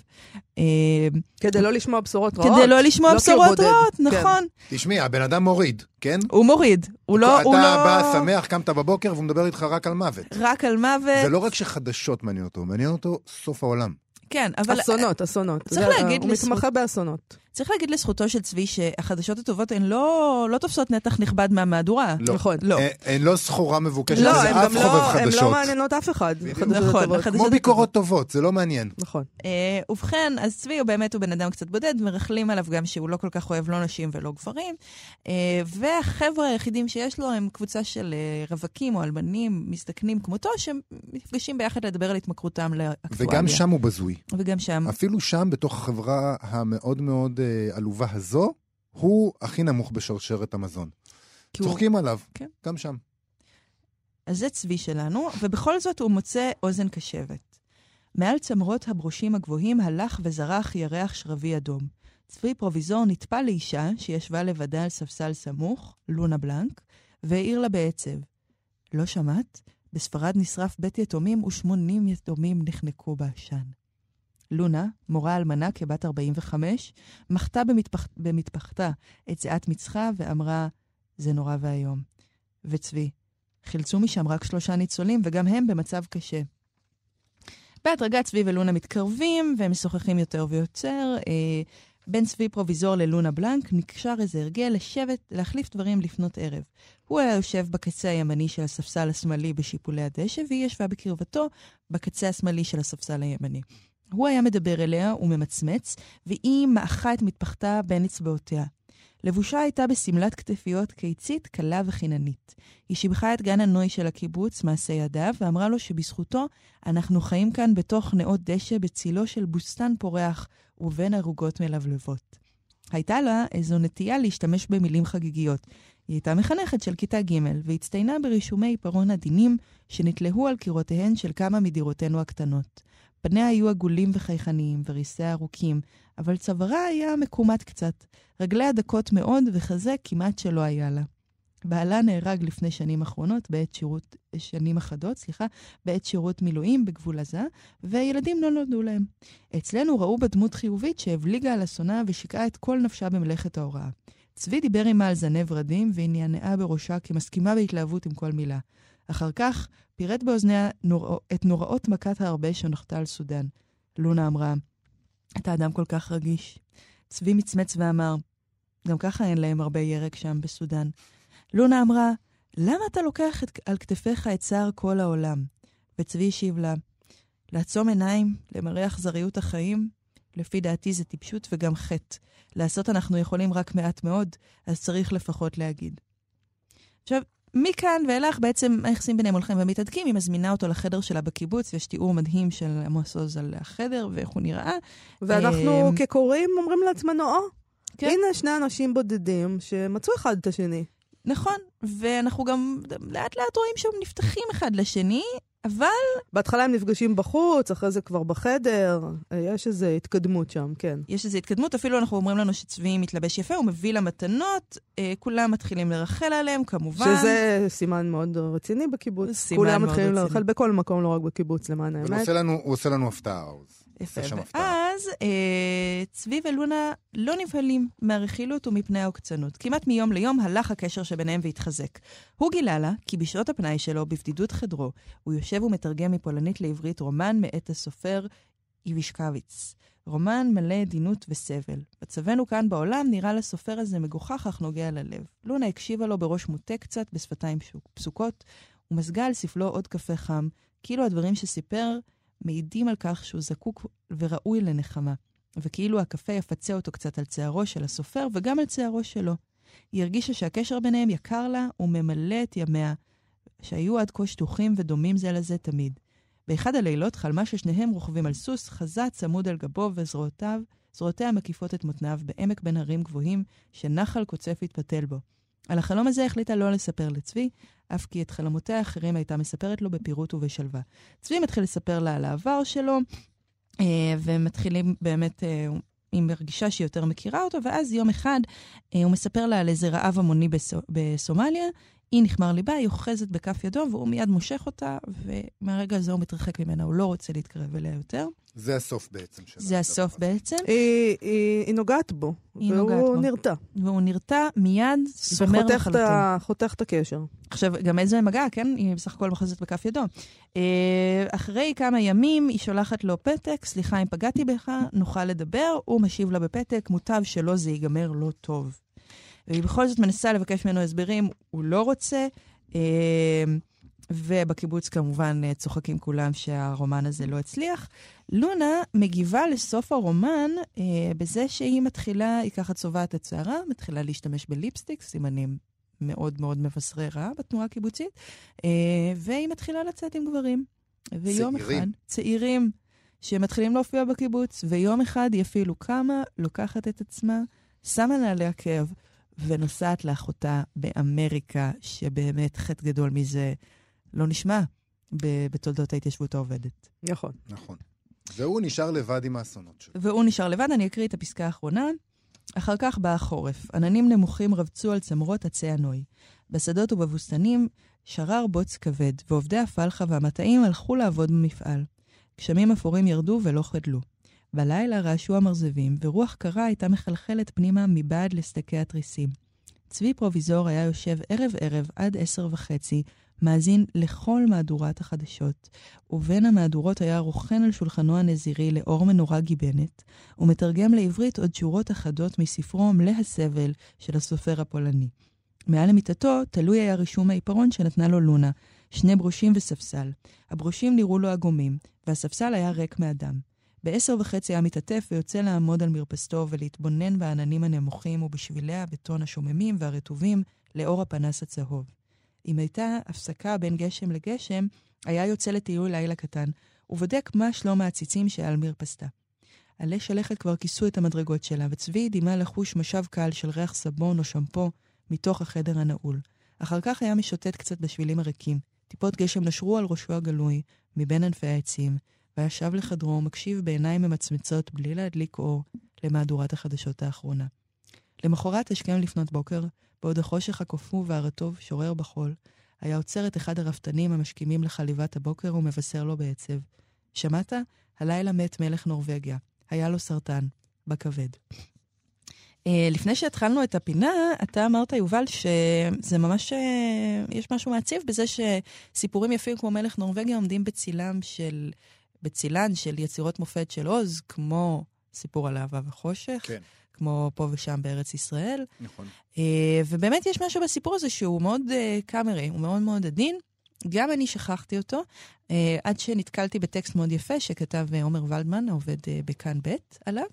כדי לא לשמוע בשורות רעות. כדי לא לשמוע בשורות רעות, נכון. תשמעי, הבן אדם מוריד, כן? הוא מוריד. אתה בא שמח, קמת בבוקר, והוא מדבר איתך רק על מוות. רק על מוות. זה לא רק שחדשות מעניין אותו, מעניין אותו סוף העולם. כן, אבל... אסונות, אסונות. צריך להגיד... הוא מתמחה באסונות. צריך להגיד לזכותו של צבי שהחדשות הטובות הן לא, לא תופסות נתח נכבד מהמהדורה. לא. נכון. לא. הן לא סחורה מבוקשת, לא, זה אף חובב חדשות. הן לא מעניינות אף אחד. נכון. כמו ביקורות טובות, זה לא מעניין. נכון. ובכן, אז צבי הוא באמת הוא בן אדם קצת בודד, מרחלים עליו גם שהוא לא כל כך אוהב לא נשים ולא גברים. והחבר'ה היחידים שיש לו הם קבוצה של רווקים או אלמנים, מזדקנים כמותו, שמפגשים ביחד לדבר על התמכרותם לאקטואליה. וגם שם הוא בזוי. וגם שם. אפילו שם, בתוך החברה המאוד מאוד עלובה הזו, הוא הכי נמוך בשרשרת המזון. צוחקים עליו, כן. גם שם. אז זה צבי שלנו, ובכל זאת הוא מוצא אוזן קשבת. מעל צמרות הברושים הגבוהים הלך וזרח ירח שרבי אדום. צבי פרוביזור נטפל לאישה שישבה לבדה על ספסל סמוך, לונה בלנק, והעיר לה בעצב. לא שמעת? בספרד נשרף בית יתומים ושמונים יתומים נחנקו בעשן. לונה, מורה אלמנה כבת ארבעים וחמש, מחתה במטפח... במטפחתה את זיעת מצחה ואמרה, זה נורא והיום. וצבי, חילצו משם רק שלושה ניצולים וגם הם במצב קשה. בהדרגה צבי ולונה מתקרבים והם משוחחים יותר ויותר. אה, בין צבי פרוביזור ללונה בלנק נקשר איזה הרגל לשבת, להחליף דברים לפנות ערב. הוא היה יושב בקצה הימני של הספסל השמאלי בשיפולי הדשא, והיא ישבה בקרבתו בקצה השמאלי של הספסל הימני. הוא היה מדבר אליה וממצמץ, והיא מאחה את מטפחתה בין אצבעותיה. לבושה הייתה בסמלת כתפיות קיצית, קלה וחיננית. היא שיבחה את גן הנוי של הקיבוץ מעשה ידיו, ואמרה לו שבזכותו אנחנו חיים כאן בתוך נאות דשא בצילו של בוסתן פורח ובין ערוגות מלבלבות. הייתה לה איזו נטייה להשתמש במילים חגיגיות. היא הייתה מחנכת של כיתה ג' והצטיינה ברישומי עיפרון עדינים שנתלהו על קירותיהן של כמה מדירותינו הקטנות. פניה היו עגולים וחייכניים וריסיה ארוכים, אבל צווארה היה מקומט קצת, רגליה דקות מאוד וחזה כמעט שלא היה לה. בעלה נהרג לפני שנים אחרונות, בעת שירות, שנים אחדות, סליחה, בעת שירות מילואים בגבול עזה, והילדים לא נולדו להם. אצלנו ראו בדמות חיובית שהבליגה על אסונה ושיקעה את כל נפשה במלאכת ההוראה. צבי דיבר עמה על זנב רדים ועניינה בראשה כמסכימה בהתלהבות עם כל מילה. אחר כך פירט באוזניה נורא, את נוראות מכת הרבה שנחתה על סודן. לונה אמרה, אתה אדם כל כך רגיש. צבי מצמץ ואמר, גם ככה אין להם הרבה ירק שם בסודן. לונה אמרה, למה אתה לוקח את, על כתפיך את צער כל העולם? וצבי השיב לה, לעצום עיניים, למראה אכזריות החיים, לפי דעתי זה טיפשות וגם חטא. לעשות אנחנו יכולים רק מעט מאוד, אז צריך לפחות להגיד. עכשיו, מכאן ואילך בעצם היחסים ביניהם הולכים ומתעדקים, היא מזמינה אותו לחדר שלה בקיבוץ, ויש תיאור מדהים של עמוס עוז על החדר ואיך הוא נראה. ואנחנו כקוראים אומרים לעצמנו, או, הנה שני אנשים בודדים שמצאו אחד את השני. נכון, ואנחנו גם לאט לאט רואים שהם נפתחים אחד לשני, אבל... בהתחלה הם נפגשים בחוץ, אחרי זה כבר בחדר, יש איזו התקדמות שם, כן. יש איזו התקדמות, אפילו אנחנו אומרים לנו שצבי מתלבש יפה, הוא מביא לה מתנות, כולם מתחילים לרחל עליהם, כמובן. שזה סימן מאוד רציני בקיבוץ. כולם מתחילים לרחל בכל מקום, לא רק בקיבוץ, למען האמת. הוא עושה לנו הפתעה. יפה, ואז אה, צבי ולונה לא נבהלים מהרכילות ומפני העוקצנות. כמעט מיום ליום הלך הקשר שביניהם והתחזק. הוא גילה לה כי בשעות הפנאי שלו, בבדידות חדרו, הוא יושב ומתרגם מפולנית לעברית רומן מאת הסופר איבישקביץ. רומן מלא עדינות וסבל. בצבנו כאן בעולם נראה לסופר הזה מגוחך אך נוגע ללב. לונה הקשיבה לו בראש מוטה קצת בשפתיים פסוקות, ומזגה על ספלו עוד קפה חם, כאילו הדברים שסיפר מעידים על כך שהוא זקוק וראוי לנחמה, וכאילו הקפה יפצה אותו קצת על צערו של הסופר וגם על צערו שלו. היא הרגישה שהקשר ביניהם יקר לה וממלא את ימיה, שהיו עד כה שטוחים ודומים זה לזה תמיד. באחד הלילות חלמה ששניהם רוכבים על סוס, חזה צמוד על גבו וזרועותיו, זרועותיה מקיפות את מותניו בעמק בין הרים גבוהים שנחל קוצף התפתל בו. על החלום הזה החליטה לא לספר לצבי, אף כי את חלומותיה האחרים הייתה מספרת לו בפירוט ובשלווה. צבי מתחיל לספר לה על העבר שלו, ומתחילים באמת, היא מרגישה שהיא יותר מכירה אותו, ואז יום אחד הוא מספר לה על איזה רעב המוני בסומליה, היא נחמר ליבה, היא אוחזת בכף ידו, והוא מיד מושך אותה, ומהרגע הזה הוא מתרחק ממנה, הוא לא רוצה להתקרב אליה יותר. זה הסוף בעצם שלה. זה הסוף בעצם. היא, היא, היא נוגעת בו, היא והוא נוגעת בו. נרתע. והוא נרתע מיד, סומר לחלוטין. וחותך את הקשר. עכשיו, גם איזה מגע, כן? היא בסך הכל מחזת בכף ידו. אחרי כמה ימים, היא שולחת לו פתק, סליחה אם פגעתי בך, נוכל לדבר, הוא משיב לה בפתק, מוטב שלא זה ייגמר לא טוב. והיא בכל זאת מנסה לבקש ממנו הסברים, הוא לא רוצה, ובקיבוץ כמובן צוחקים כולם שהרומן הזה לא הצליח. לונה מגיבה לסוף הרומן בזה שהיא מתחילה, היא ככה צובעת את שערה, מתחילה להשתמש בליפסטיק, סימנים מאוד מאוד מבשרי רע בתנועה הקיבוצית, והיא מתחילה לצאת עם גברים. ויום צעירים. אחד, צעירים שמתחילים להופיע בקיבוץ, ויום אחד היא אפילו קמה, לוקחת את עצמה, שמה לה לעכב, ונוסעת לאחותה באמריקה, שבאמת חטא גדול מזה לא נשמע בתולדות ההתיישבות העובדת. נכון. נכון. והוא נשאר לבד עם האסונות שלו. והוא נשאר לבד, אני אקריא את הפסקה האחרונה. אחר כך בא החורף. עננים נמוכים רבצו על צמרות עצי הנוי. בשדות ובבוסתנים שרר בוץ כבד, ועובדי הפלחה והמטעים הלכו לעבוד במפעל. גשמים אפורים ירדו ולא חדלו. בלילה רעשו המרזבים, ורוח קרה הייתה מחלחלת פנימה מבעד לסדקי התריסים. צבי פרוביזור היה יושב ערב ערב עד עשר וחצי, מאזין לכל מהדורת החדשות, ובין המהדורות היה רוכן על שולחנו הנזירי לאור מנורה גיבנת, ומתרגם לעברית עוד שורות אחדות מספרו מלא הסבל של הסופר הפולני. מעל למיטתו תלוי היה רישום העיפרון שנתנה לו לונה, שני ברושים וספסל. הברושים נראו לו אגומים, והספסל היה ריק מאדם. בעשר וחצי היה מתעטף ויוצא לעמוד על מרפסתו ולהתבונן בעננים הנמוכים ובשבילי הבטון השוממים והרטובים לאור הפנס הצהוב. אם הייתה הפסקה בין גשם לגשם, היה יוצא לטיול לילה קטן, ובודק מה שלום העציצים שעל מרפסתה. עלי שלכת כבר כיסו את המדרגות שלה, וצבי דימה לחוש משב קל של ריח סבון או שמפו מתוך החדר הנעול. אחר כך היה משוטט קצת בשבילים הריקים. טיפות גשם נשרו על ראשו הגלוי, מבין ענפי העצים, והיה שב לחדרו, מקשיב בעיניים ממצמצות בלי להדליק אור למהדורת החדשות האחרונה. למחרת השכם לפנות בוקר, בעוד החושך הקופוא והרטוב שורר בחול, היה עוצר את אחד הרפתנים המשכימים לחליבת הבוקר ומבשר לו בעצב. שמעת? הלילה מת מלך נורווגיה. היה לו סרטן, בכבד. Uh, לפני שהתחלנו את הפינה, אתה אמרת, יובל, שזה ממש, uh, יש משהו מעציב בזה שסיפורים יפים כמו מלך נורווגיה עומדים בצילם של, בצילן של יצירות מופת של עוז, כמו סיפור על אהבה וחושך. כן. כמו פה ושם בארץ ישראל. נכון. Uh, ובאמת יש משהו בסיפור הזה שהוא מאוד uh, קאמרי, הוא מאוד מאוד עדין. גם אני שכחתי אותו, uh, עד שנתקלתי בטקסט מאוד יפה שכתב uh, עומר ולדמן, העובד uh, בכאן ב' עליו,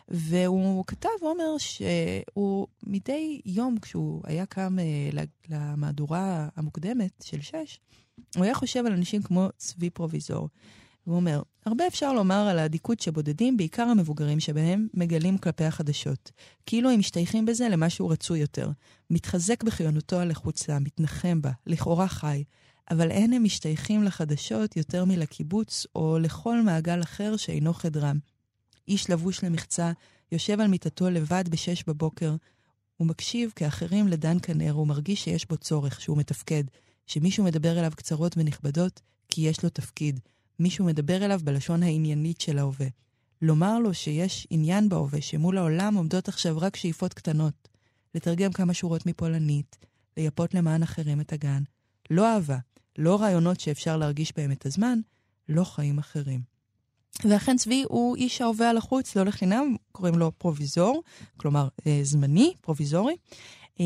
והוא כתב, עומר, שהוא מדי יום כשהוא היה קם uh, למהדורה המוקדמת של שש, הוא היה חושב על אנשים כמו צבי פרוביזור. הוא אומר, הרבה אפשר לומר על העדיקות שבודדים, בעיקר המבוגרים שבהם, מגלים כלפי החדשות. כאילו הם משתייכים בזה למשהו רצוי יותר. מתחזק בחיונותו הלחוצה, מתנחם בה, לכאורה חי. אבל אין הם משתייכים לחדשות יותר מלקיבוץ או לכל מעגל אחר שאינו חדרם. איש לבוש למחצה, יושב על מיטתו לבד בשש בבוקר, ומקשיב כאחרים לדן כנר, ומרגיש שיש בו צורך, שהוא מתפקד, שמישהו מדבר אליו קצרות ונכבדות, כי יש לו תפקיד. מישהו מדבר אליו בלשון העניינית של ההווה. לומר לו שיש עניין בהווה, שמול העולם עומדות עכשיו רק שאיפות קטנות. לתרגם כמה שורות מפולנית, לייפות למען אחרים את הגן. לא אהבה, לא רעיונות שאפשר להרגיש בהם את הזמן, לא חיים אחרים. ואכן צבי הוא איש ההווה על החוץ, לא לחינם, קוראים לו פרוביזור, כלומר אה, זמני, פרוביזורי. אה,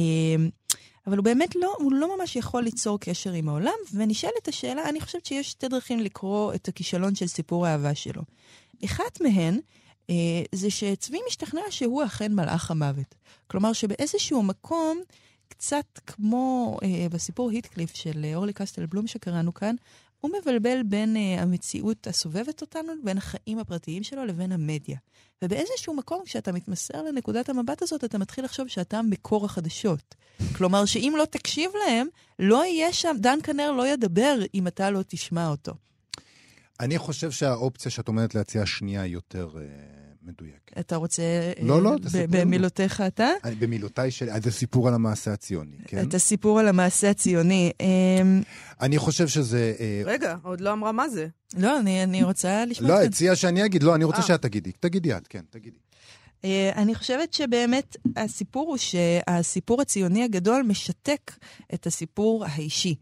אבל הוא באמת לא, הוא לא ממש יכול ליצור קשר עם העולם, ונשאלת השאלה, אני חושבת שיש שתי דרכים לקרוא את הכישלון של סיפור האהבה שלו. אחת מהן, אה, זה שצבי משתכנע שהוא אכן מלאך המוות. כלומר שבאיזשהו מקום, קצת כמו אה, בסיפור היטקליף של אורלי קסטל בלום שקראנו כאן, הוא מבלבל בין uh, המציאות הסובבת אותנו, בין החיים הפרטיים שלו לבין המדיה. ובאיזשהו מקום, כשאתה מתמסר לנקודת המבט הזאת, אתה מתחיל לחשוב שאתה מקור החדשות. כלומר, שאם לא תקשיב להם, לא יהיה שם, דן כנר לא ידבר אם אתה לא תשמע אותו. אני חושב שהאופציה שאת עומדת להציע שנייה יותר uh, מדויק. אתה רוצה... לא, לא, תספר. במילותיך אתה? במילותיי שלי, זה סיפור על המעשה הציוני, כן? את הסיפור על המעשה הציוני. אני חושב שזה... רגע, עוד לא אמרה מה זה. לא, אני רוצה לשמוע. לא, הציע שאני אגיד, לא, אני רוצה שאת תגידי. תגידי את, כן, תגידי. אני חושבת שבאמת הסיפור הוא שהסיפור הציוני הגדול משתק את הסיפור האישי.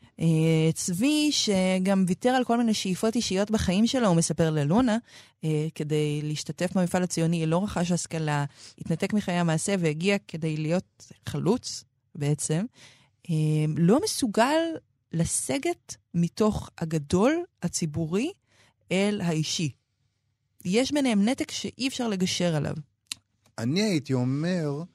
צבי, שגם ויתר על כל מיני שאיפות אישיות בחיים שלו, הוא מספר ללונה, כדי להשתתף במפעל הציוני, לא רכש השכלה, התנתק מחיי המעשה והגיע כדי להיות חלוץ בעצם, לא מסוגל לסגת מתוך הגדול הציבורי אל האישי. יש ביניהם נתק שאי אפשר לגשר עליו. אני הייתי אומר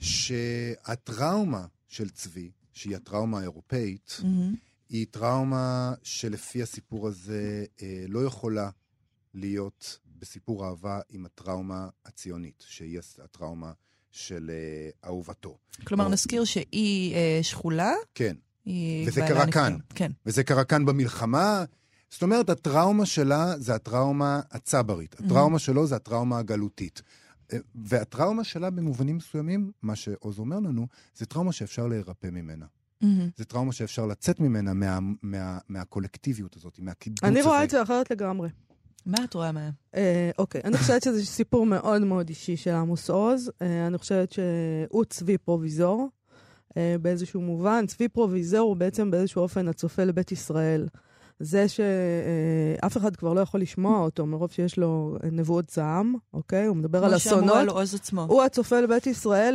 שהטראומה של צבי, שהיא הטראומה האירופאית, mm-hmm. היא טראומה שלפי הסיפור הזה אה, לא יכולה להיות בסיפור אהבה עם הטראומה הציונית, שהיא הטראומה של אה, אהובתו. כלומר, או... נזכיר שהיא אה, שחולה. כן, וזה קרה כאן. כן. וזה קרה כאן במלחמה. זאת אומרת, הטראומה שלה זה הטראומה הצברית. הטראומה mm-hmm. שלו זה הטראומה הגלותית. והטראומה שלה במובנים מסוימים, מה שעוז אומר לנו, זה טראומה שאפשר להירפא ממנה. Mm-hmm. זה טראומה שאפשר לצאת ממנה מה, מה, מהקולקטיביות הזאת, מהקיבוץ הזה. אני רואה את זה אחרת לגמרי. מה את רואה מה? אה, אוקיי, אני חושבת שזה סיפור מאוד מאוד אישי של עמוס עוז. אה, אני חושבת שהוא צבי פרוביזור, אה, באיזשהו מובן. צבי פרוביזור הוא בעצם באיזשהו אופן הצופה לבית ישראל. זה שאף אחד כבר לא יכול לשמוע אותו, מרוב שיש לו נבואות זעם, אוקיי? הוא מדבר על אסונות. כמו שאמרו על עוז עצמו. הוא הצופה לבית ישראל,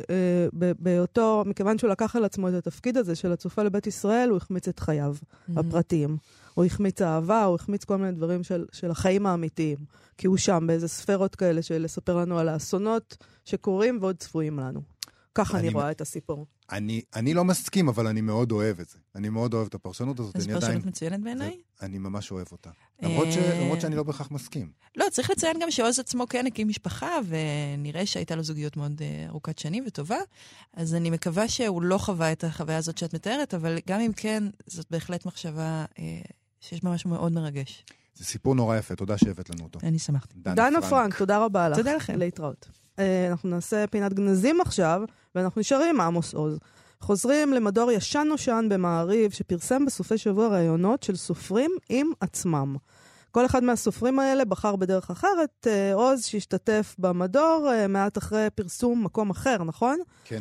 שבאותו, מכיוון שהוא לקח על עצמו את התפקיד הזה של הצופה לבית ישראל, הוא החמיץ את חייו הפרטיים. הוא החמיץ אהבה, הוא החמיץ כל מיני דברים של, של החיים האמיתיים. כי הוא שם באיזה ספרות כאלה של לספר לנו על האסונות שקורים ועוד צפויים לנו. ככה אני, אני רואה את הסיפור. אני, אני לא מסכים, אבל אני מאוד אוהב את זה. אני מאוד אוהב את הפרשנות הזאת. אז פרשנות מצוינת בעיניי? אני ממש אוהב אותה. למרות, ש, למרות שאני לא בכך מסכים. לא, צריך לציין גם שעוז עצמו כן הקים משפחה, ונראה שהייתה לו זוגיות מאוד ארוכת שנים וטובה. אז אני מקווה שהוא לא חווה את החוויה הזאת שאת מתארת, אבל גם אם כן, זאת בהחלט מחשבה שיש ממש מאוד מרגש. זה סיפור נורא יפה, תודה שהבאת לנו אותו. אני שמחתי. דנה פרנק, תודה רבה לך. תודה לכם. להתראות. אנחנו נעשה פינת גנזים עכשיו, ואנחנו נשארים עם עמוס עוז. חוזרים למדור ישן נושן במעריב, שפרסם בסופי שבוע ראיונות של סופרים עם עצמם. כל אחד מהסופרים האלה בחר בדרך אחרת. עוז שהשתתף במדור מעט אחרי פרסום מקום אחר, נכון? כן.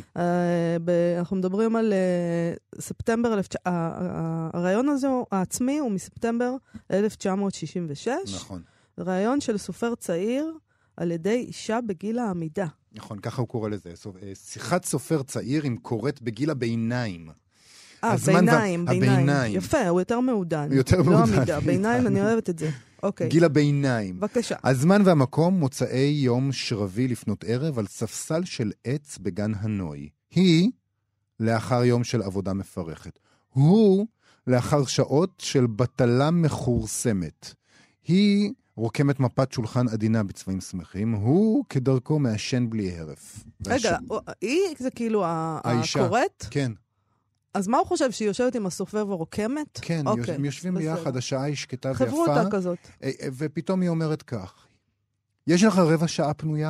אנחנו מדברים על ספטמבר, הראיון הזה העצמי הוא מספטמבר אלף תשע מאות שישים ושש. נכון. ראיון של סופר צעיר על ידי אישה בגיל העמידה. נכון, ככה הוא קורא לזה. שיחת סופר צעיר עם קוראת בגיל הביניים. אה, ביניים, ביניים. יפה, הוא יותר מעודן. יותר מעודן. לא עמידה, ביניים, אני אוהבת את זה. אוקיי. גיל הביניים. בבקשה. הזמן והמקום מוצאי יום שרבי לפנות ערב על ספסל של עץ בגן הנוי. היא לאחר יום של עבודה מפרכת. הוא לאחר שעות של בטלה מחורסמת. היא רוקמת מפת שולחן עדינה בצבעים שמחים, הוא כדרכו מעשן בלי הרף. רגע, היא זה כאילו הקוראת? כן. אז מה הוא חושב, שהיא יושבת עם הסופר ורוקמת? כן, הם יושבים ביחד, השעה היא שקטה ויפה. חברותה כזאת. ופתאום היא אומרת כך, יש לך רבע שעה פנויה?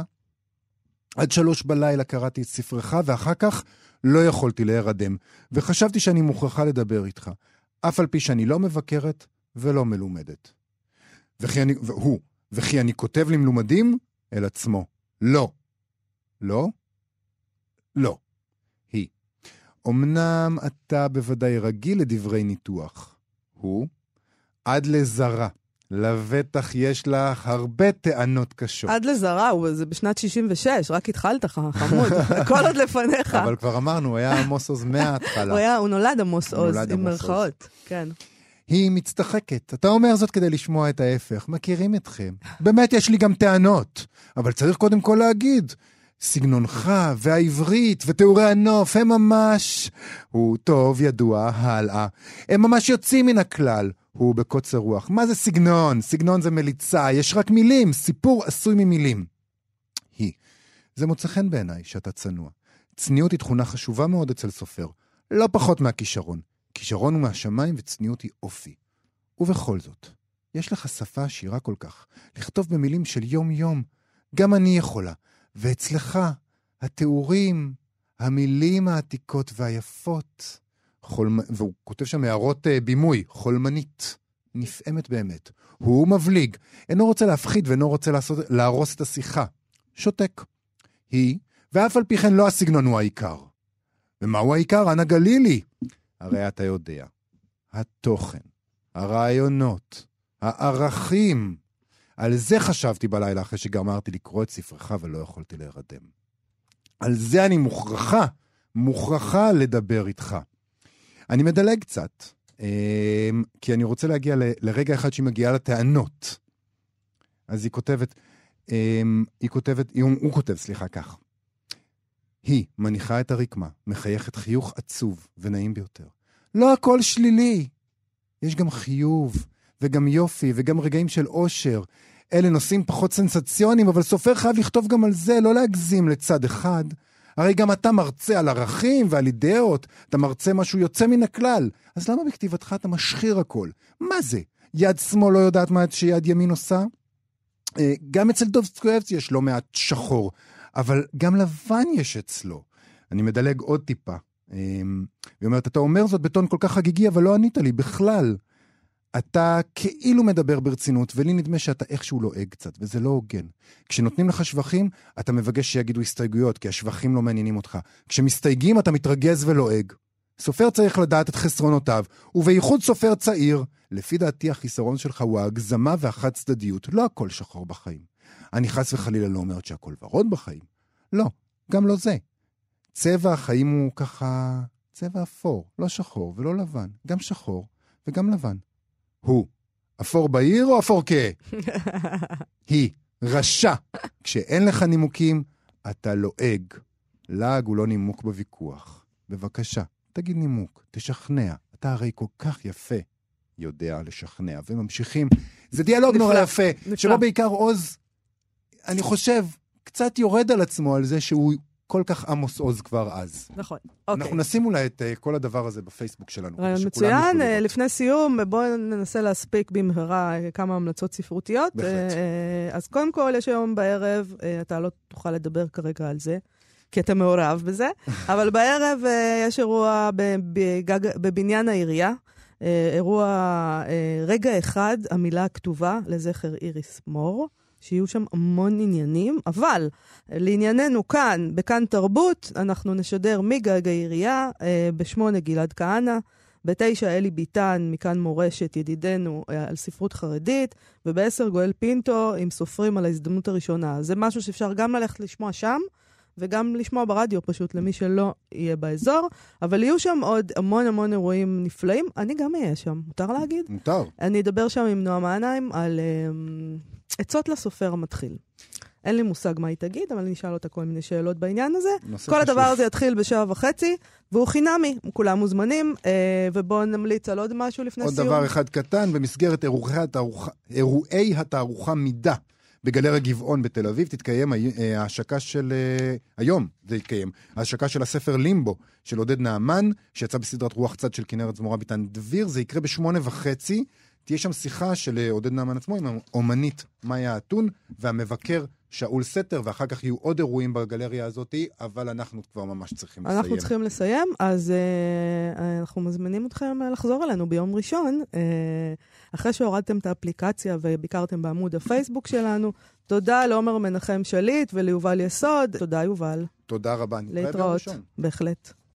עד שלוש בלילה קראתי את ספרך, ואחר כך לא יכולתי להירדם, וחשבתי שאני מוכרחה לדבר איתך, אף על פי שאני לא מבקרת ולא מלומדת. וכי אני, והוא, וכי אני כותב למלומדים אל עצמו. לא. לא? לא. היא. אמנם אתה בוודאי רגיל לדברי ניתוח. הוא, עד לזרה. לבטח יש לך הרבה טענות קשות. עד לזרה, זה בשנת שישים ושש, רק התחלת חמוד, הכל עוד לפניך. אבל כבר אמרנו, הוא היה עמוס עוז מההתחלה. הוא היה, הוא נולד עמוס עוז, עם מרכאות. כן. היא מצטחקת. אתה אומר זאת כדי לשמוע את ההפך. מכירים אתכם. באמת יש לי גם טענות. אבל צריך קודם כל להגיד, סגנונך והעברית ותיאורי הנוף הם ממש... הוא טוב, ידוע, הלאה. הם ממש יוצאים מן הכלל. הוא בקוצר רוח. מה זה סגנון? סגנון זה מליצה. יש רק מילים. סיפור עשוי ממילים. היא. זה מוצא חן בעיניי שאתה צנוע. צניעות היא תכונה חשובה מאוד אצל סופר. לא פחות מהכישרון. כישרון הוא מהשמיים וצניעות היא אופי. ובכל זאת, יש לך שפה עשירה כל כך, לכתוב במילים של יום יום, גם אני יכולה. ואצלך, התיאורים, המילים העתיקות והיפות, חולמ... והוא כותב שם הערות uh, בימוי, חולמנית, נפעמת באמת. הוא מבליג, אינו רוצה להפחיד ואינו רוצה לעשות, להרוס את השיחה. שותק. היא, ואף על פי כן לא הסגנון הוא העיקר. ומהו העיקר? אנה גלילי. הרי אתה יודע, התוכן, הרעיונות, הערכים, על זה חשבתי בלילה אחרי שגמרתי לקרוא את ספרך ולא יכולתי להירדם. על זה אני מוכרחה, מוכרחה לדבר איתך. אני מדלג קצת, כי אני רוצה להגיע ל- לרגע אחד שהיא מגיעה לטענות. אז היא כותבת, היא כותבת, הוא כותב, סליחה, כך. היא מניחה את הרקמה, מחייכת חיוך עצוב ונעים ביותר. לא הכל שלילי. יש גם חיוב, וגם יופי, וגם רגעים של אושר. אלה נושאים פחות סנסציונים, אבל סופר חייב לכתוב גם על זה, לא להגזים לצד אחד. הרי גם אתה מרצה על ערכים ועל אידאות, אתה מרצה משהו יוצא מן הכלל. אז למה בכתיבתך אתה משחיר הכל? מה זה? יד שמאל לא יודעת מה שיד ימין עושה? גם אצל דוסטויבסקי יש לא מעט שחור, אבל גם לבן יש אצלו. אני מדלג עוד טיפה. והיא אומרת, אתה אומר זאת בטון כל כך חגיגי, אבל לא ענית לי בכלל. אתה כאילו מדבר ברצינות, ולי נדמה שאתה איכשהו לועג קצת, וזה לא הוגן. כשנותנים לך שבחים, אתה מבקש שיגידו הסתייגויות, כי השבחים לא מעניינים אותך. כשמסתייגים, אתה מתרגז ולועג. סופר צריך לדעת את חסרונותיו, ובייחוד סופר צעיר. לפי דעתי, החיסרון שלך הוא ההגזמה והחד צדדיות. לא הכל שחור בחיים. אני חס וחלילה לא אומרת שהכל ורוד בחיים. לא, גם לא זה. צבע החיים הוא ככה צבע אפור, לא שחור ולא לבן. גם שחור וגם לבן. הוא אפור בעיר או אפור כהה? היא רשע. כשאין לך נימוקים, אתה לועג. לעג הוא לא נימוק בוויכוח. בבקשה, תגיד נימוק, תשכנע. אתה הרי כל כך יפה יודע לשכנע. וממשיכים. זה דיאלוג נורא יפה, שבו בעיקר עוז, אני חושב, קצת יורד על עצמו על זה שהוא כל כך עמוס עוז כבר אז. נכון. אנחנו נשים אולי את כל הדבר הזה בפייסבוק שלנו. רעיון מצוין. לפני סיום, בואו ננסה להספיק במהרה כמה המלצות ספרותיות. אז קודם כל, יש היום בערב, אתה לא תוכל לדבר כרגע על זה, כי אתה מעורב בזה, אבל בערב יש אירוע בבניין העירייה, אירוע רגע אחד, המילה הכתובה לזכר איריס מור, שיהיו שם המון עניינים, אבל לענייננו כאן, בכאן תרבות, אנחנו נשדר מגג העירייה, בשמונה גלעד כהנא, בתשע אלי ביטן, מכאן מורשת ידידנו על ספרות חרדית, ובעשר גואל פינטו עם סופרים על ההזדמנות הראשונה. זה משהו שאפשר גם ללכת לשמוע שם, וגם לשמוע ברדיו פשוט למי שלא יהיה באזור, אבל יהיו שם עוד המון המון אירועים נפלאים. אני גם אהיה שם, מותר להגיד? מותר. אני אדבר שם עם נועם עיניים על um, עצות לסופר המתחיל. אין לי מושג מה היא תגיד, אבל אני אשאל אותה כל מיני שאלות בעניין הזה. כל חשוב. הדבר הזה יתחיל בשעה וחצי, והוא חינמי, כולם מוזמנים, אה, ובואו נמליץ על עוד משהו לפני עוד סיום. עוד דבר אחד קטן, במסגרת אירועי התערוכה, אירועי התערוכה מידה, בגלריה גבעון בתל אביב תתקיים ההשקה של, היום זה יתקיים, ההשקה של הספר לימבו של עודד נעמן, שיצא בסדרת רוח צד של כנרת זמורה ביטן דביר, זה יקרה בשמונה וחצי, תהיה שם שיחה של עודד נעמן עצמו עם האומנית מאיה אתון, והמבקר שאול סתר, ואחר כך יהיו עוד אירועים בגלריה הזאת, אבל אנחנו כבר ממש צריכים אנחנו לסיים. אנחנו צריכים לסיים, אז uh, אנחנו מזמינים אתכם לחזור אלינו ביום ראשון, uh, אחרי שהורדתם את האפליקציה וביקרתם בעמוד הפייסבוק שלנו. תודה לעומר מנחם שליט וליובל יסוד. תודה יובל. תודה רבה. להתראות, בהחלט.